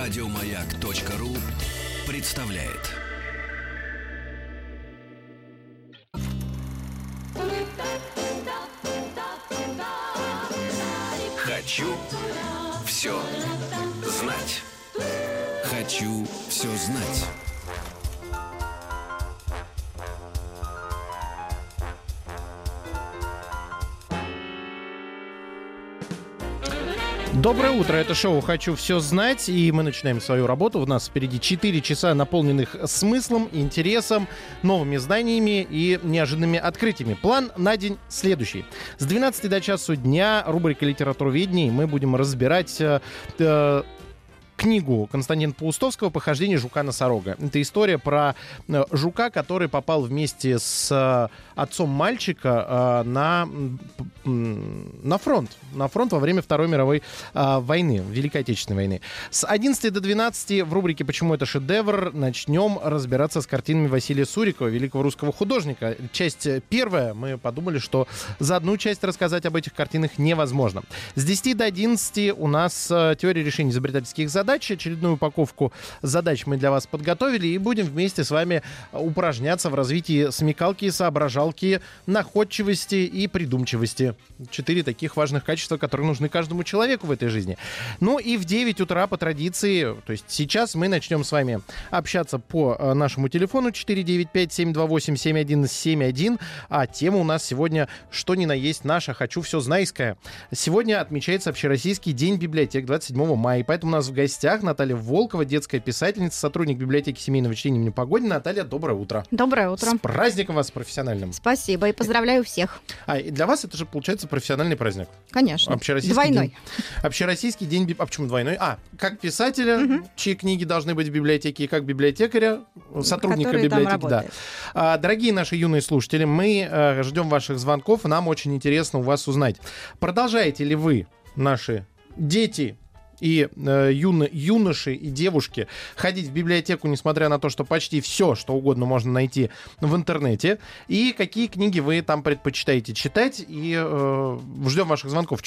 Радиомаяк.ру представляет. Хочу все знать. Хочу все знать. Доброе утро, это шоу «Хочу все знать», и мы начинаем свою работу. У нас впереди 4 часа, наполненных смыслом, интересом, новыми знаниями и неожиданными открытиями. План на день следующий. С 12 до часу дня рубрика «Литературоведение», и мы будем разбирать книгу Константина Паустовского «Похождение жука-носорога». Это история про жука, который попал вместе с отцом мальчика на фронт. На фронт во время Второй мировой войны, Великой Отечественной войны. С 11 до 12 в рубрике «Почему это шедевр» начнем разбираться с картинами Василия Сурикова, великого русского художника. Часть первая. Мы подумали, что за одну часть рассказать об этих картинах невозможно. С 10 до 11 у нас теория решения изобретательских задач. Очередную упаковку задач мы для вас подготовили и будем вместе с вами упражняться в развитии смекалки, соображалки, находчивости и придумчивости. 4 таких важных качества, которые нужны каждому человеку в этой жизни. Ну и в 9 утра по традиции, то есть сейчас мы начнем с вами общаться по нашему телефону 495-728-7171, а тема у нас сегодня что ни на есть наша «Хочу все знайская». Сегодня отмечается Общероссийский день библиотек 27 мая, поэтому у нас в гостях Наталья Волкова, детская писательница, сотрудник библиотеки семейного чтения имени Погодина. Наталья, доброе утро. Доброе утро. С праздником вас профессиональным. Спасибо и поздравляю всех. И для вас это же, получается, профессиональный праздник. Конечно. Двойной. Общероссийский день... А почему двойной? Как писателя, чьи книги должны быть в библиотеке, и как библиотекаря, сотрудника библиотеки. Да. Дорогие наши юные слушатели, мы ждем ваших звонков. Нам очень интересно у вас узнать. Продолжаете ли вы, наши дети и юноши и девушки, ходить в библиотеку, несмотря на то, что почти все, что угодно можно найти в интернете? И какие книги вы там предпочитаете читать? И ждем ваших звонков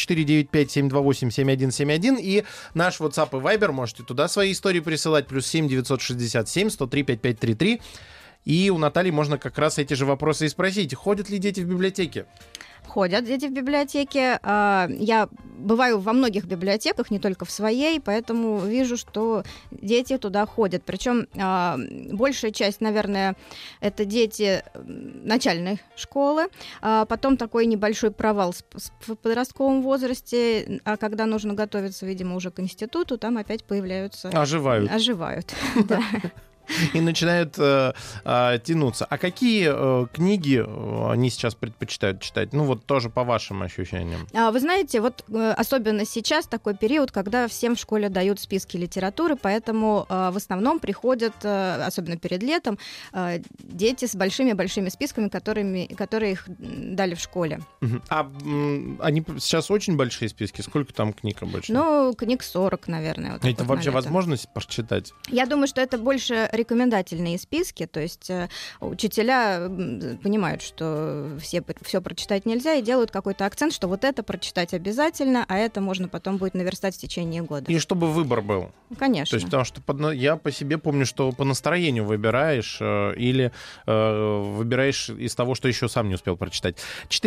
495-728-7171. И наш WhatsApp и Viber, можете туда свои истории присылать. +7 967 103 5533. И у Натальи можно как раз эти же вопросы и спросить. Ходят ли дети в библиотеке? Ходят дети в библиотеке. Я бываю во многих библиотеках, не только в своей, поэтому вижу, что дети туда ходят. Причем большая часть, наверное, это дети начальной школы. Потом такой небольшой провал в подростковом возрасте. А когда нужно готовиться, видимо, уже к институту, там опять появляются... Оживают, да. И начинают тянуться. А какие книги они сейчас предпочитают читать? Ну, вот тоже по вашим ощущениям. Вы знаете, вот особенно сейчас такой период, когда всем в школе дают списки литературы, поэтому в основном приходят, особенно перед летом, дети с большими-большими списками, которые их дали в школе. А они сейчас очень большие списки? Сколько там книг обычно? Ну, книг 40, наверное. Вот это вообще возможность прочитать? Я думаю, что это больше рекомендательные списки, то есть учителя понимают, что все прочитать нельзя, и делают какой-то акцент, что вот это прочитать обязательно, а это можно потом будет наверстать в течение года. И чтобы выбор был. Конечно. То есть, потому что я по себе помню, что по настроению выбираешь или выбираешь из того, что еще сам не успел прочитать.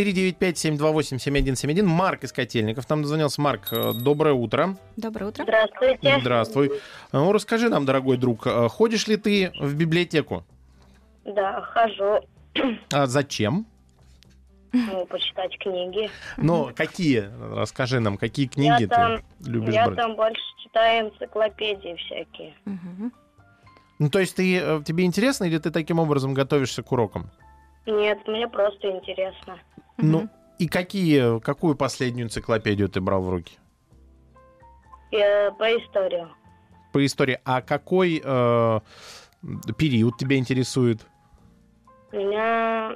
495-728-7171. Марк из Котельников нам дозвонился. Марк, доброе утро. Доброе утро. Здравствуйте. Здравствуй. Ну, расскажи нам, дорогой друг, ходишь ли ты в библиотеку? Да, хожу. А зачем? Почитать книги. Ну, какие? Расскажи нам, какие книги ты любишь брать? Я там больше читаю энциклопедии всякие. Ну, то есть тебе интересно, или ты таким образом готовишься к урокам? Нет, мне просто интересно. Ну, и какую последнюю энциклопедию ты брал в руки? По истории. По истории. А какой период тебя интересует? Меня...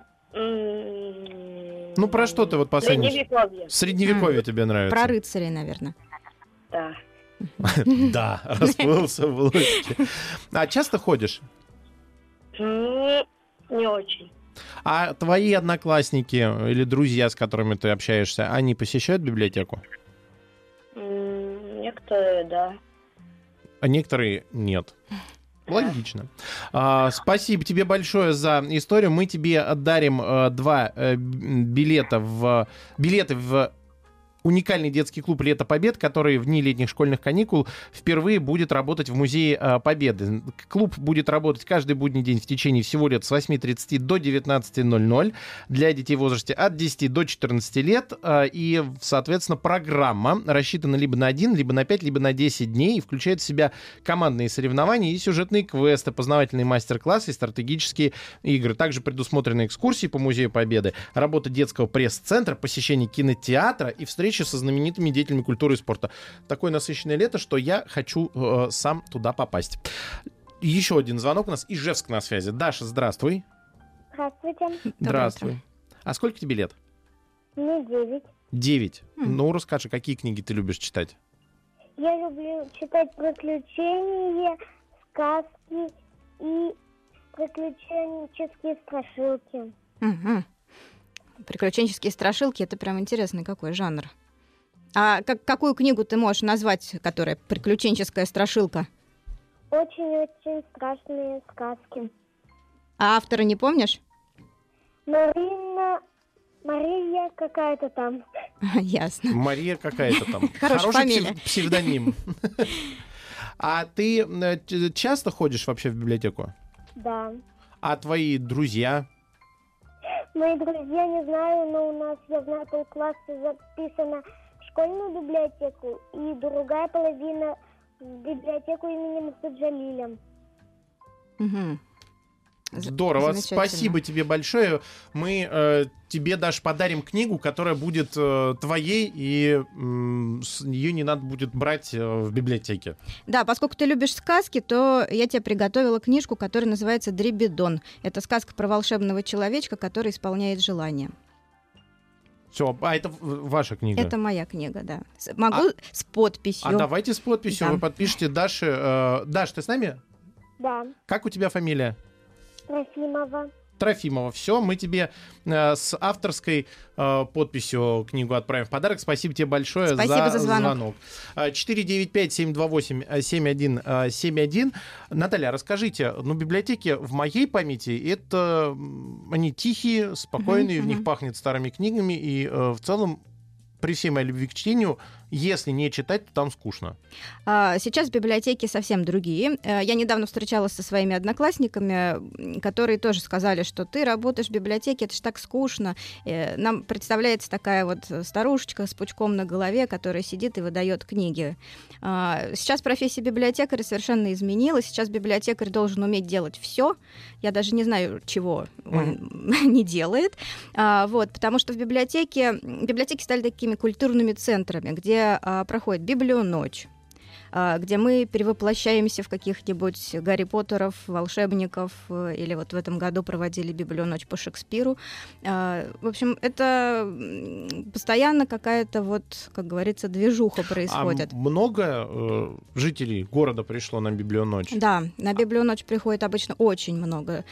Ну, про что ты вот последний... Средневековье. Средневековье тебе нравится? Про рыцарей, наверное. Да. Да, расплылся в улыбке. А часто ходишь? Не очень. А твои одноклассники или друзья, с которыми ты общаешься, они посещают библиотеку? Некоторые, да. а некоторые нет. Логично. Спасибо тебе большое за историю. Мы тебе отдарим 2 билеты в уникальный детский клуб «Лето Побед», который в дни летних школьных каникул впервые будет работать в Музее Победы. Клуб будет работать каждый будний день в течение всего лет с 8:30 до 19:00 для детей в возрасте от 10 до 14 лет. И, соответственно, программа рассчитана либо на 1, либо на 5, либо на 10 дней и включает в себя командные соревнования и сюжетные квесты, познавательные мастер-классы и стратегические игры. Также предусмотрены экскурсии по Музею Победы, работа детского пресс-центра, посещение кинотеатра и встречи со знаменитыми деятелями культуры и спорта. Такое насыщенное лето, что я хочу сам туда попасть. Еще один звонок у нас. Ижевск на связи. Даша, здравствуй. Здравствуйте. Здравствуй. А сколько тебе лет? Мне 9. 9. Ну, расскажи, какие книги ты любишь читать? Я люблю читать приключения, сказки и приключенческие страшилки. Угу. Приключенческие страшилки — это прям интересный какой жанр. А какую книгу ты можешь назвать, которая приключенческая страшилка? Очень-очень страшные сказки. А автора не помнишь? Мария какая-то там. Ясно. Мария какая-то там. Хорошая фамилия. Псевдоним. А ты часто ходишь вообще в библиотеку? Да. А твои друзья? Мои друзья, не знаю, но у нас, я знаю, полкласса записана в школьную библиотеку, и другая половина в библиотеку имени Мустаджалиля. Угу. Здорово, спасибо тебе большое. Мы тебе даже подарим книгу, которая будет твоей, и ее не надо будет брать в библиотеке. Да, поскольку ты любишь сказки, то я тебе приготовила книжку, которая называется «Дребедон». Это сказка про волшебного человечка, который исполняет желания. Все, а это ваша книга? Это моя книга, да. Могу с подписью. А давайте с подписью. Да. Вы подпишите Даше. Даш, ты с нами? Да. Как у тебя фамилия? Трофимова. Трофимова. Все, мы тебе с авторской подписью книгу отправим в подарок. Спасибо тебе большое за звонок. 495-728-7171. Наталья, расскажите, библиотеки в моей памяти, это они тихие, спокойные, в них пахнет старыми книгами, и в целом, при всей моей любви к чтению, если не читать, то там скучно. Сейчас библиотеки совсем другие. Я недавно встречалась со своими одноклассниками, которые тоже сказали, что ты работаешь в библиотеке, это ж так скучно. Нам представляется такая вот старушечка с пучком на голове, которая сидит и выдает книги. Сейчас профессия библиотекаря совершенно изменилась. Сейчас библиотекарь должен уметь делать все. Я даже не знаю, чего он не делает. Потому что библиотеки стали такими культурными центрами, где проходит библионочь, где мы перевоплощаемся в каких-нибудь Гарри Поттеров, волшебников, или вот в этом году проводили библионочь по Шекспиру. В общем, это постоянно какая-то, вот, как говорится, движуха происходит. А много жителей города пришло на библионочь? Да, на библионочь приходит обычно очень много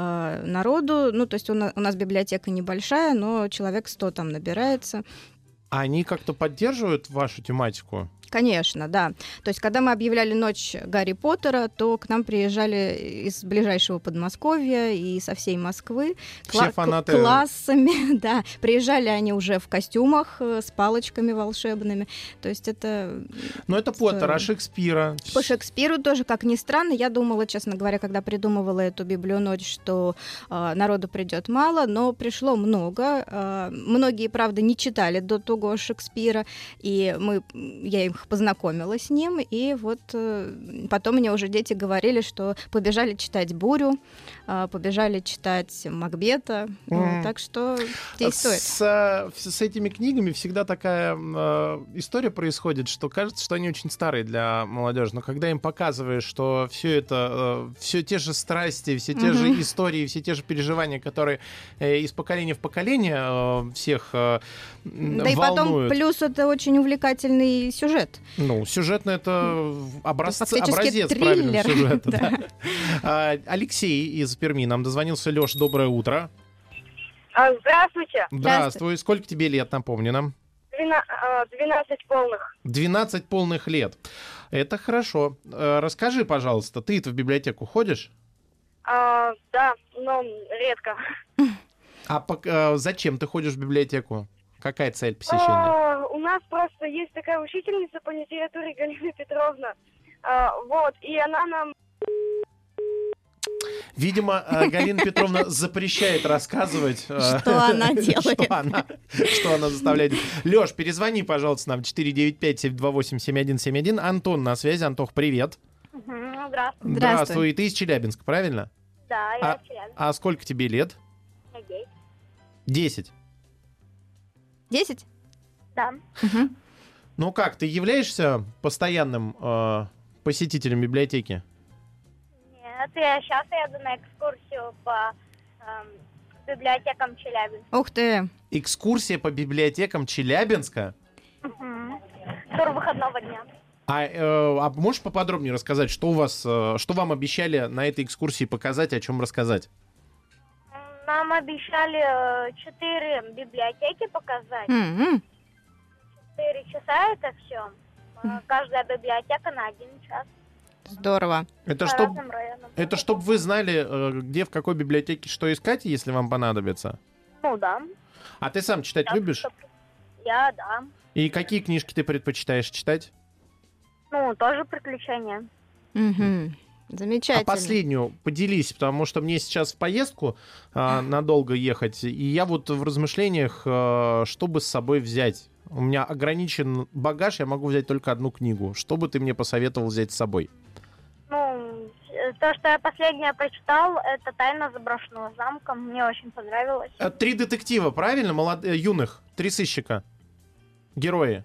народу. То есть у нас библиотека небольшая, но человек 100 там набирается. А они как-то поддерживают вашу тематику? Конечно, да. То есть, когда мы объявляли ночь Гарри Поттера, то к нам приезжали из ближайшего Подмосковья и со всей Москвы. Все фанаты... Классами, да. Приезжали они уже в костюмах с палочками волшебными. То есть это... Но это Поттер, а Шекспира? По Шекспиру тоже, как ни странно. Я думала, честно говоря, когда придумывала эту библионочь, что народу придет мало, но пришло много. Многие, правда, не читали до того Шекспира, и я их познакомила с ним, и вот потом мне уже дети говорили, что побежали читать «Бурю», побежали читать «Макбета», так что действует. С этими книгами всегда такая история происходит, что кажется, что они очень старые для молодежи, но когда им показываешь, что все это, все те же страсти, все те же истории, все те же переживания, которые из поколения в поколение всех волнуют. Да и потом плюс это очень увлекательный сюжет. Сюжетно это образец триллер. правильного сюжета. Да. Алексей из Перми нам дозвонился. Лёш, доброе утро. Здравствуйте. Здравствуй. Сколько тебе лет, напомни нам? 12 полных. 12 полных лет. Это хорошо. Расскажи, пожалуйста, ты-то в библиотеку ходишь? Да, но редко. А зачем ты ходишь в библиотеку? Какая цель посещения? У нас просто есть такая учительница по литературе Галина Петровна. Вот, и она нам... Видимо, Галина Петровна запрещает рассказывать, Что она делает. что она заставляет. Лёш, перезвони, пожалуйста, нам 495-728-7171. Антон на связи. Антох, привет. Здравствуй. Здравствуй. И ты из Челябинска, правильно? Да, я в Челябинске. А сколько тебе лет? 10. 10? Да. Ну как, ты являешься постоянным посетителем библиотеки? Нет, я сейчас еду на экскурсию по библиотекам Челябинска. Ух ты. Экскурсия по библиотекам Челябинска? Тур выходного дня. А можешь поподробнее рассказать, что вам обещали на этой экскурсии показать, о чем рассказать? Нам обещали 4 библиотеки показать. 4 часа это все. Каждая библиотека на 1 час. Здорово. Это По чтобы разным районам. вы знали, где, в какой библиотеке что искать, если вам понадобится? Ну да. А ты сам читать любишь? Я, да. И какие книжки ты предпочитаешь читать? Ну, тоже приключения. Замечательно. А последнюю поделись, потому что мне сейчас в поездку надолго ехать, и я вот в размышлениях, что бы с собой взять. У меня ограничен багаж, я могу взять только одну книгу. Что бы ты мне посоветовал взять с собой? Ну, то, что я последнее прочитал, это «Тайна заброшенного замка». Мне очень понравилось. 3 детектива, правильно? Юных. 3 сыщика. Герои.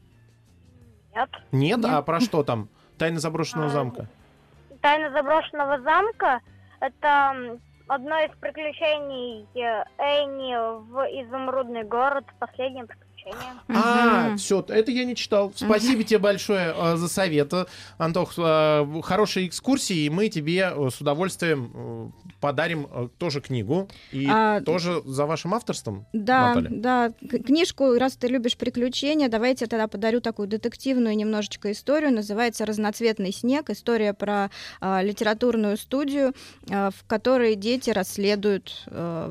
Нет. Нет? А про что там? «Тайна заброшенного замка». «Тайна заброшенного замка» — это одно из приключений Энни в «Изумрудный город». Последнее приключение. Все, это я не читал. Спасибо тебе большое за совет, Антох. Хорошей экскурсии, и мы тебе с удовольствием подарим тоже книгу. И тоже за вашим авторством, Да, Наталья? да. Книжку, раз ты любишь приключения, давайте я тогда подарю такую детективную немножечко историю. Называется «Разноцветный снег». История про литературную студию, в которой дети расследуют,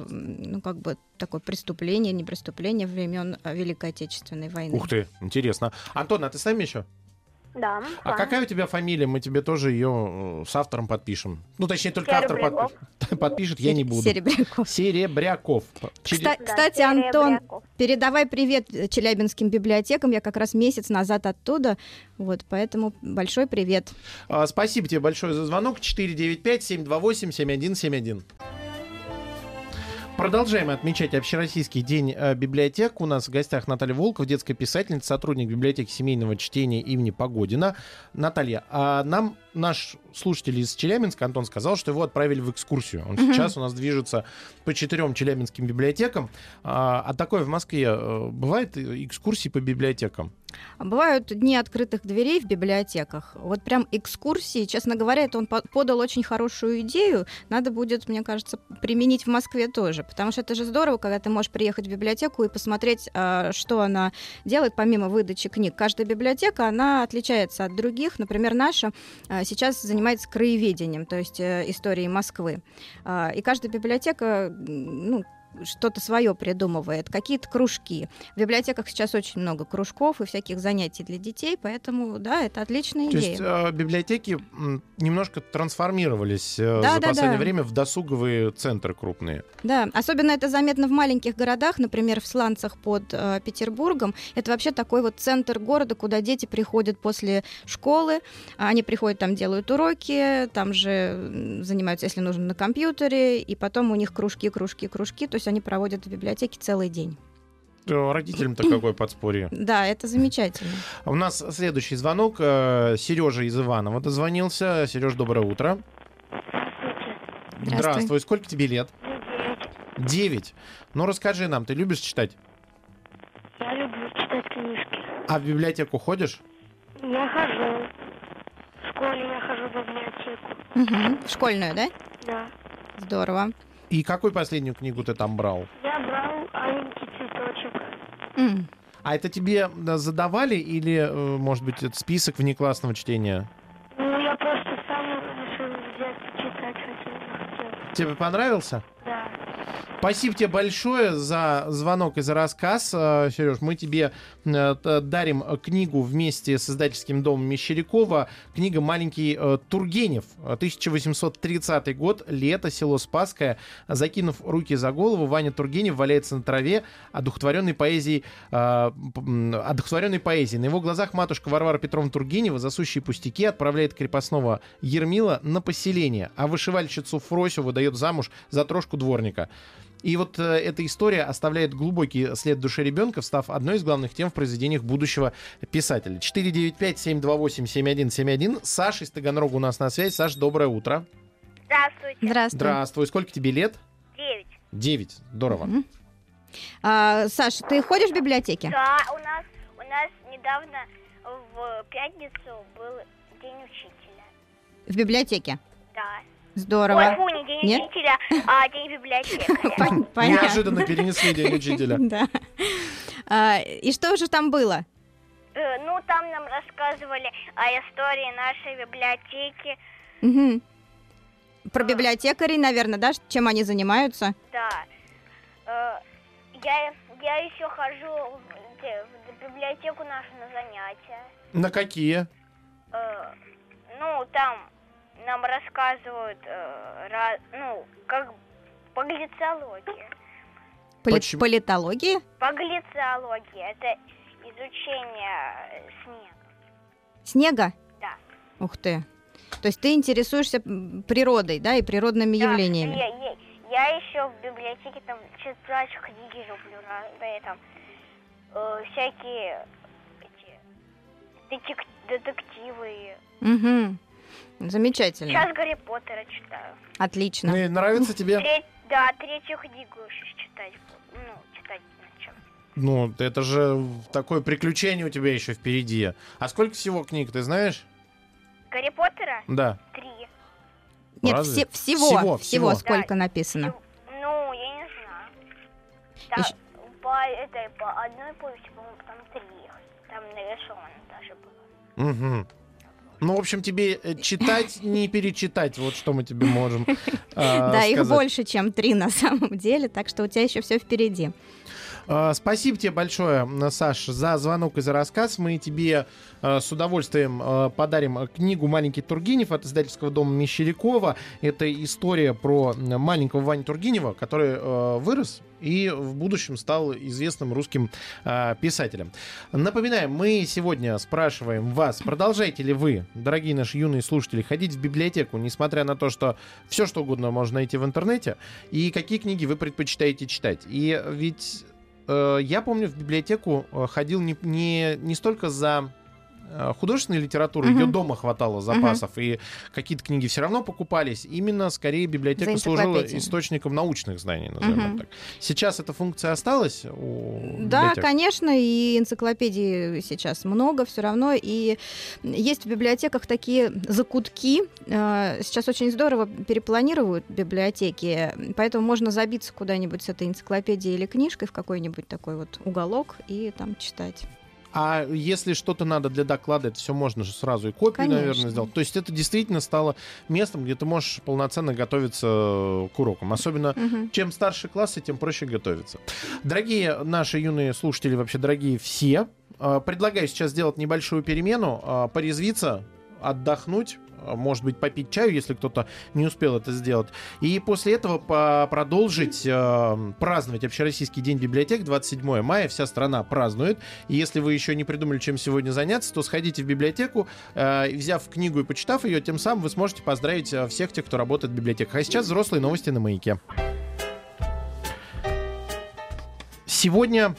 такое преступление, не преступление времен Великой Отечественной войны. Ух ты, интересно. Антон, а ты с нами еще? Да. А какая у тебя фамилия? Мы тебе тоже ее с автором подпишем. Ну, точнее, только автор подпишет, я не буду. Серебряков. Серебряков. Кстати, Антон, передавай привет челябинским библиотекам. Я как раз месяц назад оттуда. Вот, поэтому большой привет. Спасибо тебе большое за звонок. 495-728-7171. Продолжаем отмечать Общероссийский день библиотек. У нас в гостях Наталья Волкова, детская писательница, сотрудник библиотеки семейного чтения имени Погодина. Наталья, а нам наш слушатель из Челябинска, Антон, сказал, что его отправили в экскурсию. Он сейчас у нас движется по 4 челябинским библиотекам. А такое в Москве бывает экскурсии по библиотекам? Бывают дни открытых дверей в библиотеках. Вот прям экскурсии, честно говоря, это он подал очень хорошую идею. Надо будет, мне кажется, применить в Москве тоже. Потому что это же здорово, когда ты можешь приехать в библиотеку и посмотреть, что она делает помимо выдачи книг. Каждая библиотека, она отличается от других. Например, наша сейчас занимается краеведением, то есть историей Москвы. И каждая библиотека, что-то свое придумывает, какие-то кружки. В библиотеках сейчас очень много кружков и всяких занятий для детей, поэтому, да, это отличная идея. То есть библиотеки немножко трансформировались за последнее время в досуговые центры крупные. Да, особенно это заметно в маленьких городах, например, в Сланцах под Петербургом. Это вообще такой вот центр города, куда дети приходят после школы, они приходят, там делают уроки, там же занимаются, если нужно, на компьютере, и потом у них кружки, то есть они проводят в библиотеке целый день. Родителям-то какое подспорье. Да, это замечательно. У нас следующий звонок. Сережа из Иванова дозвонился. Сереж, доброе утро. Здравствуй. Сколько тебе лет? 9. Ну, расскажи нам, ты любишь читать? Я люблю читать книжки. А в библиотеку ходишь? Я хожу. В школе я хожу в библиотеку. В школьную, да? Да. Здорово. И какую последнюю книгу ты там брал? Я брал «Аленький цветочек». А это тебе задавали или, может быть, это список внеклассного чтения? Ну, я просто сам решил взять, читать хотел. Тебе понравился? Да. Спасибо тебе большое за звонок и за рассказ, Сереж. Мы тебе дарим книгу вместе с издательским домом Мещерякова. Книга «Маленький Тургенев». 1830 год, лето, село Спасское. Закинув руки за голову, Ваня Тургенев валяется на траве, одухотворенной поэзией. На его глазах матушка Варвара Петровна Тургенева за сущие пустяки отправляет крепостного Ермила на поселение, а вышивальщицу Фросю выдает замуж за трошку дворника. И вот эта история оставляет глубокий след в душе ребенка, став одной из главных тем в произведениях будущего писателя. 495-728-7171. Саша из Таганрога у нас на связи. Саш, доброе утро. Здравствуйте. Здравствуй. Здравствуй. Сколько тебе лет? 9. 9. Здорово. Саш, ты ходишь в библиотеке? Да, у нас недавно в пятницу был День учителя. В библиотеке? Да. Здорово. Ой, фу, не День Нет? учителя, а День библиотекаря. Понятно. Неожиданно перенесли День учителя. Да. И что же там было? Ну, там нам рассказывали о истории нашей библиотеки. Мгм. Про библиотекарей, наверное, да? Чем они занимаются? Да. Я еще хожу в библиотеку нашу на занятия. На какие? Ну, там нам рассказывают, как по глициологии. Почему? Политологии? По глициологии. Это изучение снега. Снега? Да. Ух ты. То есть ты интересуешься природой, да, и природными Да, явлениями? Я еще в библиотеке там читать книги люблю, там всякие детективы. Угу. Замечательно. Сейчас Гарри Поттера читаю. Отлично. Ну и нравится тебе? Третью книгу еще читать начал. Ну, это же такое приключение у тебя еще впереди. А сколько всего книг, ты знаешь? Гарри Поттера? Да. 3. Нет, Разве? всего Всего. сколько Да. написано? Ну, я не знаю. Там, Ещё- по одной повести, по-моему, там 3. Там нарисовано даже было. Угу. Ну, в общем, тебе читать, не перечитать. Вот что мы тебе можем Да, их сказать. больше, чем 3 на самом деле, так что у тебя еще все впереди. Спасибо тебе большое, Саш, за звонок и за рассказ. Мы тебе с удовольствием подарим книгу «Маленький Тургенев» от издательского дома Мещерякова. Это история про маленького Ваню Тургенева, который вырос и в будущем стал известным русским писателем. Напоминаем, мы сегодня спрашиваем вас, продолжаете ли вы, дорогие наши юные слушатели, ходить в библиотеку, несмотря на то, что все что угодно можно найти в интернете, и какие книги вы предпочитаете читать. И ведь я помню, в библиотеку ходил не столько за художественной литературой, ее дома хватало запасов, и какие-то книги все равно покупались. Именно, скорее, библиотека За служила энциклопедиями. источником научных знаний, назовем так. Сейчас эта функция осталась у Да, библиотек? конечно, и энциклопедий сейчас много все равно, и есть в библиотеках такие закутки. Сейчас очень здорово перепланируют библиотеки, поэтому можно забиться куда-нибудь с этой энциклопедией или книжкой в какой-нибудь такой вот уголок и там читать. А если что-то надо для доклада, это все можно же сразу и копию, Конечно. наверное, сделать. То есть это действительно стало местом, где ты можешь полноценно готовиться к урокам. Особенно чем старше классы, тем проще готовиться. Дорогие наши юные слушатели, вообще дорогие все, предлагаю сейчас сделать небольшую перемену, порезвиться, отдохнуть, может быть, попить чаю, если кто-то не успел это сделать. И после этого продолжить праздновать Общероссийский день библиотек. 27 мая вся страна празднует. И если вы еще не придумали, чем сегодня заняться, то сходите в библиотеку, взяв книгу и почитав ее, тем самым вы сможете поздравить всех тех, кто работает в библиотеках. А сейчас взрослые новости на «Маяке». Сегодня,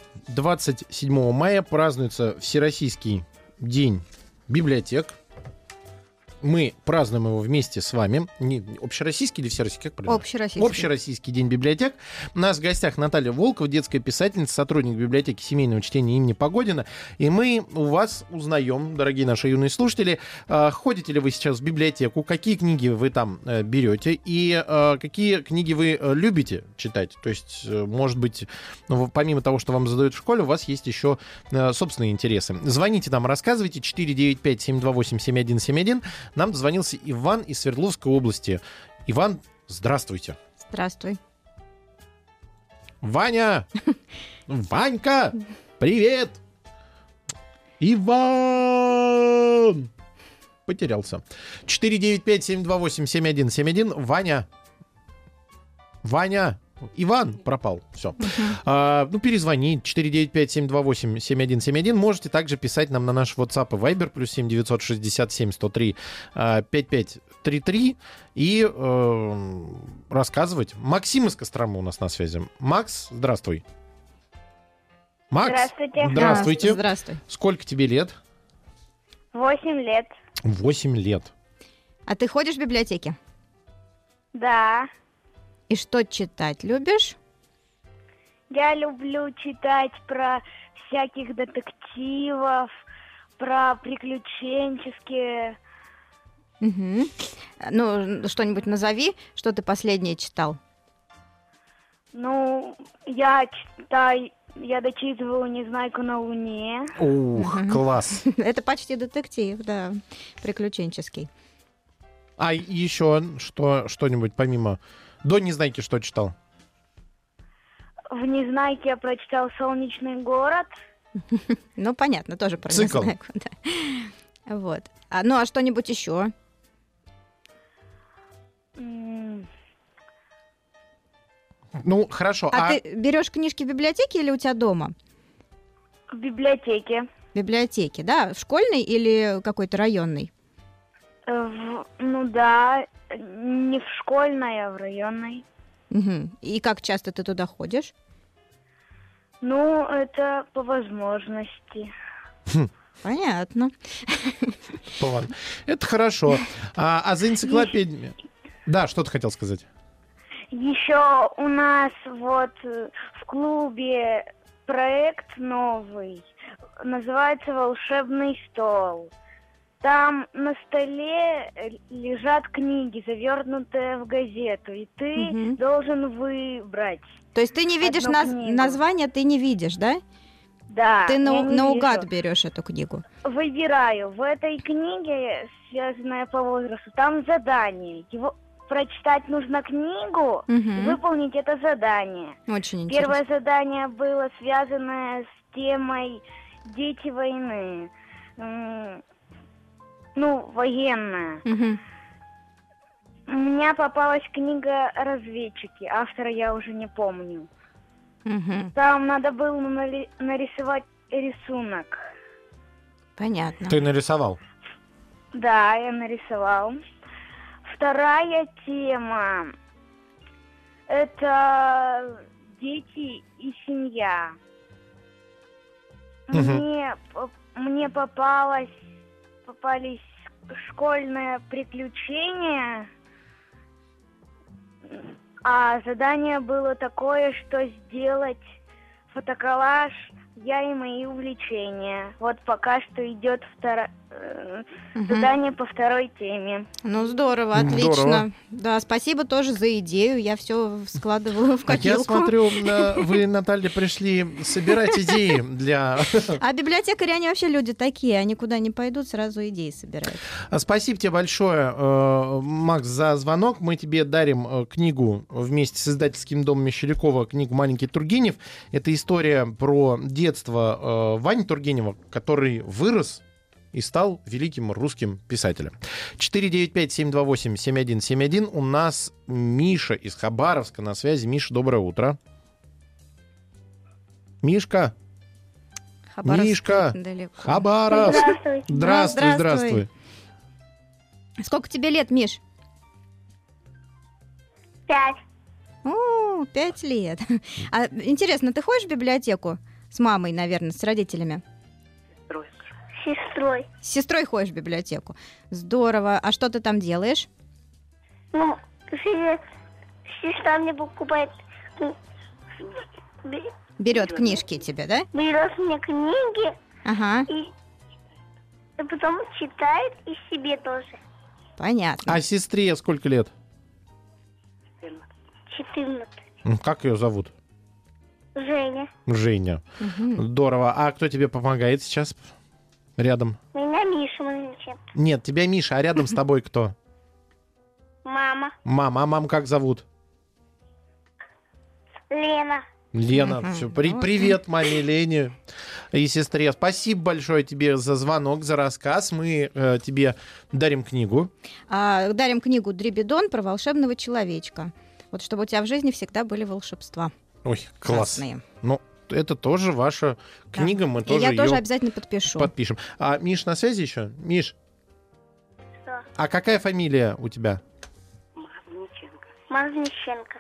27 мая, празднуется Всероссийский день библиотек. Мы празднуем его вместе с вами. Общероссийский или всероссийский? Как правильно? Общероссийский. Общероссийский день библиотек. У нас в гостях Наталья Волкова, детская писательница, сотрудник библиотеки семейного чтения имени Погодина. И мы у вас узнаем, дорогие наши юные слушатели, ходите ли вы сейчас в библиотеку, какие книги вы там берете и какие книги вы любите читать. То есть, может быть, помимо того, что вам задают в школе, у вас есть еще собственные интересы. Звоните нам, рассказывайте. 495-728-7171. Нам дозвонился Иван из Свердловской области. Иван, здравствуйте. Здравствуй. Ваня! Ванька! Привет! Иван! Потерялся. 495-728-7171. Ваня! Ваня! Иван пропал. Все. Перезвони. 495-728-7171. Можете также писать нам на наш WhatsApp и Viber +7 967 103 5533 и рассказывать. Максим из Костромы у нас на связи. Макс, здравствуй. Макс, Здравствуйте. Здравствуйте. Здравствуй. Сколько тебе лет? 8 лет. 8 лет. А ты ходишь в библиотеке? Да. И что читать любишь? Я люблю читать про всяких детективов, про приключенческие. Угу. Ну, что-нибудь назови, что ты последнее читал. Ну, я дочитываю «Незнайку на Луне». Ух, класс. Это почти детектив, да, приключенческий. А еще что-нибудь помимо... До «Незнайки» что читал? В «Незнайке» я прочитал «Солнечный город». Ну, понятно, тоже про Цикл. Незнайку. Да. Вот. А что-нибудь еще? Ну, хорошо. А ты берешь книжки в библиотеке или у тебя дома? В библиотеке. В библиотеке, да? В школьной или какой-то районной? Ну да, не в школьной, а в районной. Угу. И как часто ты туда ходишь? Ну, это по возможности. Понятно. Это хорошо. А за энциклопедиями... Да, что ты хотел сказать? Еще у нас вот в клубе проект новый, называется «Волшебный стол». Там на столе лежат книги, завернутые в газету, и ты должен выбрать. То есть ты не видишь название, ты не видишь, да? Да. Ты наугад вижу. берешь эту книгу. Выбираю. В этой книге, связанная по возрасту, там задание. Его прочитать нужно книгу и выполнить это задание. Очень интересно. Первое задание было связанное с темой «Дети войны». Военная. У меня попалась книга «Разведчики». Автора я уже не помню. Там надо было нарисовать рисунок. Понятно. Ты нарисовал? Да, я нарисовал. Вторая тема – это дети и семья. Мне попались школьные приключения, а задание было такое, что сделать фотоколлаж «Я и мои увлечения». Вот пока что идет задание по второй теме. Ну, здорово, отлично. Здорово. Да, спасибо тоже за идею. Я все складываю в копилку. Я смотрю, вы, Наталья, пришли собирать идеи для... А библиотекари, они вообще люди такие. Они куда ни пойдут, сразу идеи собирают. Спасибо тебе большое, Макс, за звонок. Мы тебе дарим книгу вместе с издательским домом Мещерякова, книгу «Маленький Тургенев». Это история про детство Вани Тургенева, который вырос и стал великим русским писателем. 495-728-7171. У нас Миша из Хабаровска на связи. Миша, доброе утро. Мишка. Хабаровск Мишка. далеко. Хабаровск. Здравствуйте. Здравствуй, здравствуй. Сколько тебе лет, Миш? 5. 5 лет. А интересно, ты ходишь в библиотеку с мамой, наверное, с родителями? сестрой. С сестрой ходишь в библиотеку. Здорово. А что ты там делаешь? Ну, сестра мне покупает, Берет книжки тебе, да? берет мне книги Ага, и потом читает и себе тоже. понятно. А сестре сколько лет? 14. Как ее зовут? Женя. Женя. Здорово. А кто тебе помогает сейчас рядом? Меня Миша Мазниченко. Нет, тебя Миша, а рядом с тобой кто? Мама. Мама. А маму как зовут? Лена. Лена. Мгм. Все. Вот. Привет маме Лене и сестре. Спасибо большое тебе за звонок, за рассказ. Мы тебе дарим книгу. Дарим книгу «Дрибидон» про волшебного человечка. Вот чтобы у тебя в жизни всегда были волшебства. Ой, класс. Разные. Ну, это тоже ваша книга, мы И тоже я ее тоже обязательно подпишу. подпишем. А Миш на связи еще? Миш, Что? а какая фамилия у тебя? Мазниченко.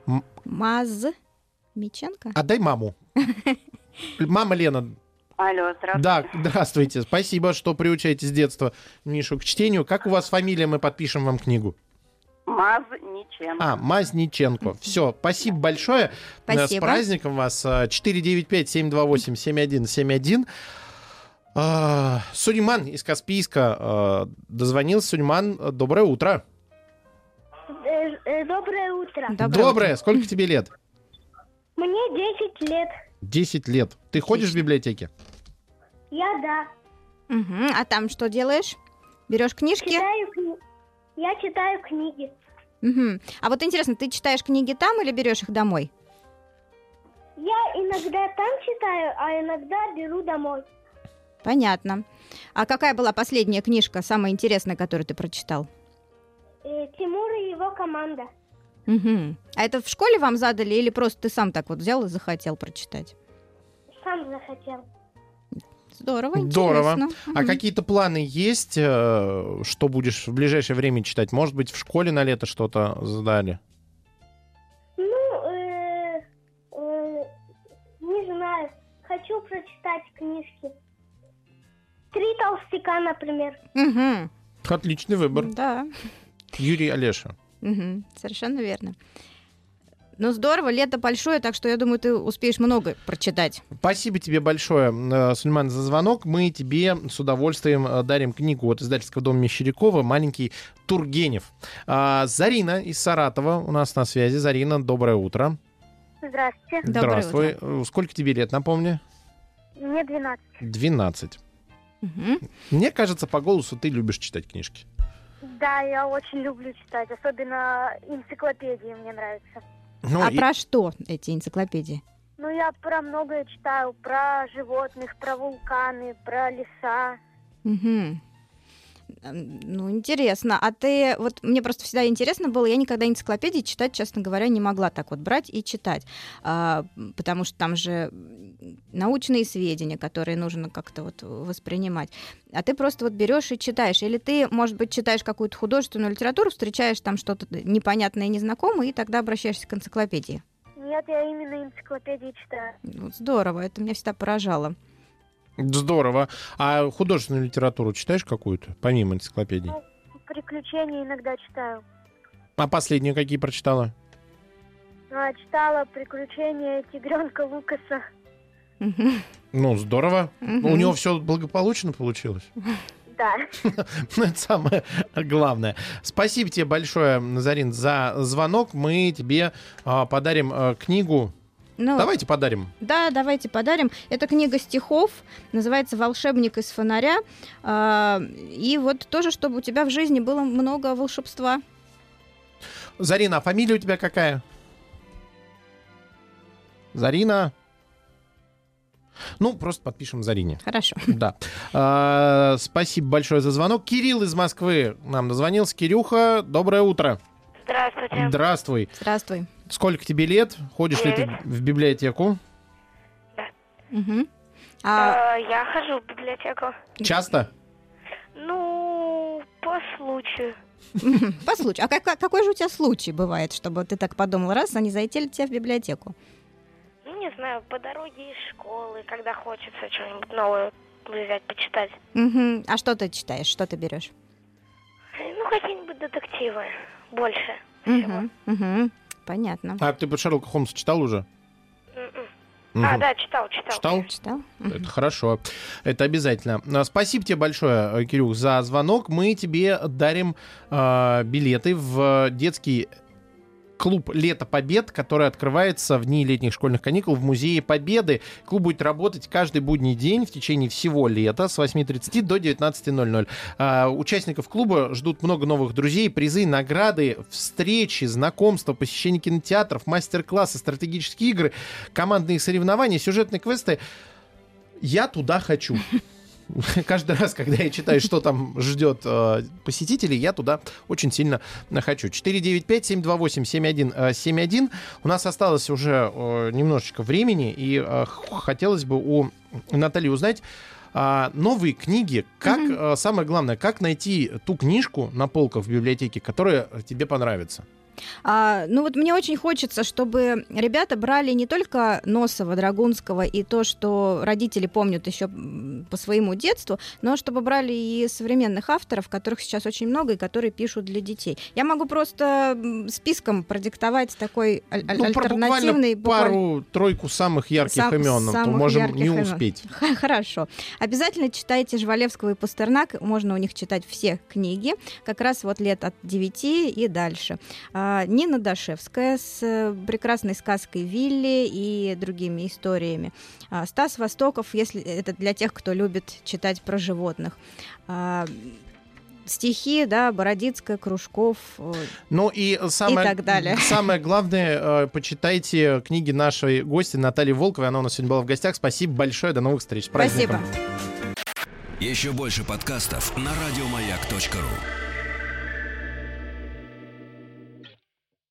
Миченко? Отдай маму. Мама Лена. Алло, здравствуйте. Да, здравствуйте. Спасибо, что приучаете с детства Мишу к чтению. Как у вас фамилия? Мы подпишем вам книгу. Мазниченко. Мазниченко. Все, спасибо большое. Спасибо. С праздником вас. 495-728-7171. Сулейман из Каспийска дозвонился. Сулейман, доброе утро. Доброе утро. Доброе. Сколько тебе лет? Мне 10 лет. 10 лет. Ты ходишь в библиотеке? Я да. Мгм. А там что делаешь? Берешь книжки? Я читаю книги. Мгм. А вот интересно, ты читаешь книги там или берешь их домой? Я иногда там читаю, а иногда беру домой. Понятно. А какая была последняя книжка, самая интересная, которую ты прочитал? Тимур и его команда. Мгм. А это в школе вам задали или просто ты сам так вот взял и захотел прочитать? Сам захотел. Здорово, Здорово. интересно. А Мгм. какие-то планы есть, что будешь в ближайшее время читать? Может быть, в школе на лето что-то задали? Не знаю. Хочу прочитать книжки. «Три толстяка», например. Мгм. Отличный выбор. Да. Юрий Олеша. Мгм. Совершенно верно. Ну, здорово, лето большое, так что я думаю, ты успеешь много прочитать. Спасибо тебе большое, Сулейман, за звонок. Мы тебе с удовольствием дарим книгу от издательского дома Мещерякова «Маленький Тургенев». Зарина из Саратова у нас на связи. Зарина, доброе утро. Здравствуйте. Доброе Здравствуй. Сколько тебе лет, напомни? Мне 12. 12. Мгм. Мне кажется, по голосу ты любишь читать книжки. Да, я очень люблю читать, особенно энциклопедии мне нравятся. Ну, А и- про что эти энциклопедии? Ну, я про многое читаю, про животных, про вулканы, про леса. Мгм. Ну, интересно. А ты, вот мне просто всегда интересно было, я никогда энциклопедии читать, честно говоря, не могла так вот брать и читать, потому что там же научные сведения, которые нужно как-то вот воспринимать. А ты просто вот берешь и читаешь. Или ты, может быть, читаешь какую-то художественную литературу, встречаешь там что-то непонятное и незнакомое, и тогда обращаешься к энциклопедии. Нет, я именно энциклопедии читаю. Ну, здорово, это меня всегда поражало. Здорово. А художественную литературу читаешь какую-то, помимо энциклопедий? Приключения иногда читаю. А последние какие прочитала? Читала «Приключения тигренка Лукаса». Мгм. Ну, здорово. Мгм. У него все благополучно получилось. Да. Ну, это самое главное. Спасибо тебе большое, Зарин, за звонок. Мы тебе подарим книгу. Ну, Давайте подарим. Да, давайте подарим. Это книга стихов, называется «Волшебник из фонаря». И вот тоже, чтобы у тебя в жизни было много волшебства. Зарина, а фамилия у тебя какая? Зарина? Ну, просто подпишем Зарине. Хорошо. Да. Спасибо большое за звонок. Кирилл из Москвы нам дозвонился. Кирюха, доброе утро. Здравствуйте. Здравствуй. Здравствуй. Сколько тебе лет? Ходишь ли ты в библиотеку? Мгм. Я хожу в библиотеку. Часто? Ну, по случаю. По случаю. А какой же у тебя случай бывает, чтобы ты так подумал, раз, а не зайти ли тебе в библиотеку? Ну, не знаю, по дороге из школы, когда хочется что-нибудь новое взять, почитать. Угу. А что ты читаешь? Что ты берешь? Ну, какие-нибудь детективы. Больше всего. Угу. Понятно. А ты Шерлока Холмса читал уже? Да, читал. Читал? Это хорошо. Это обязательно. Спасибо тебе большое, Кирюх, за звонок. Мы тебе дарим билеты в детский клуб «Лето Побед», который открывается в дни летних школьных каникул в Музее Победы. Клуб будет работать каждый будний день в течение всего лета с 8:30 до 19:00. Участников клуба ждут много новых друзей, призы, награды, встречи, знакомства, посещение кинотеатров, мастер-классы, стратегические игры, командные соревнования, сюжетные квесты. Я туда хочу. Каждый раз, когда я читаю, что там ждет посетителей, я туда очень сильно хочу. 495-728-7171. У нас осталось уже немножечко времени, и хотелось бы у Натальи узнать новые книги. Как, самое главное, как найти ту книжку на полках в библиотеке, которая тебе понравится? Ну вот мне очень хочется, чтобы ребята брали не только Носова, Драгунского и то, что родители помнят еще по своему детству, но чтобы брали и современных авторов, которых сейчас очень много и которые пишут для детей. Я могу просто списком продиктовать такой альтернативный... пару-тройку самых ярких имен, то можем не успеть. Хорошо. Обязательно читайте Жвалевского и Пастернак, можно у них читать все книги, как раз вот лет от 9 и дальше. Нина Дашевская с прекрасной сказкой «Вилли» и другими историями. Стас Востоков, если это для тех, кто любит читать про животных. Стихи, да, Бородицкая, Кружков, ну и так далее. Самое главное, почитайте книги нашей гости Натальи Волковой. Она у нас сегодня была в гостях. Спасибо большое. До новых встреч. С праздником. Спасибо. Еще больше подкастов на радиомаяк.ру.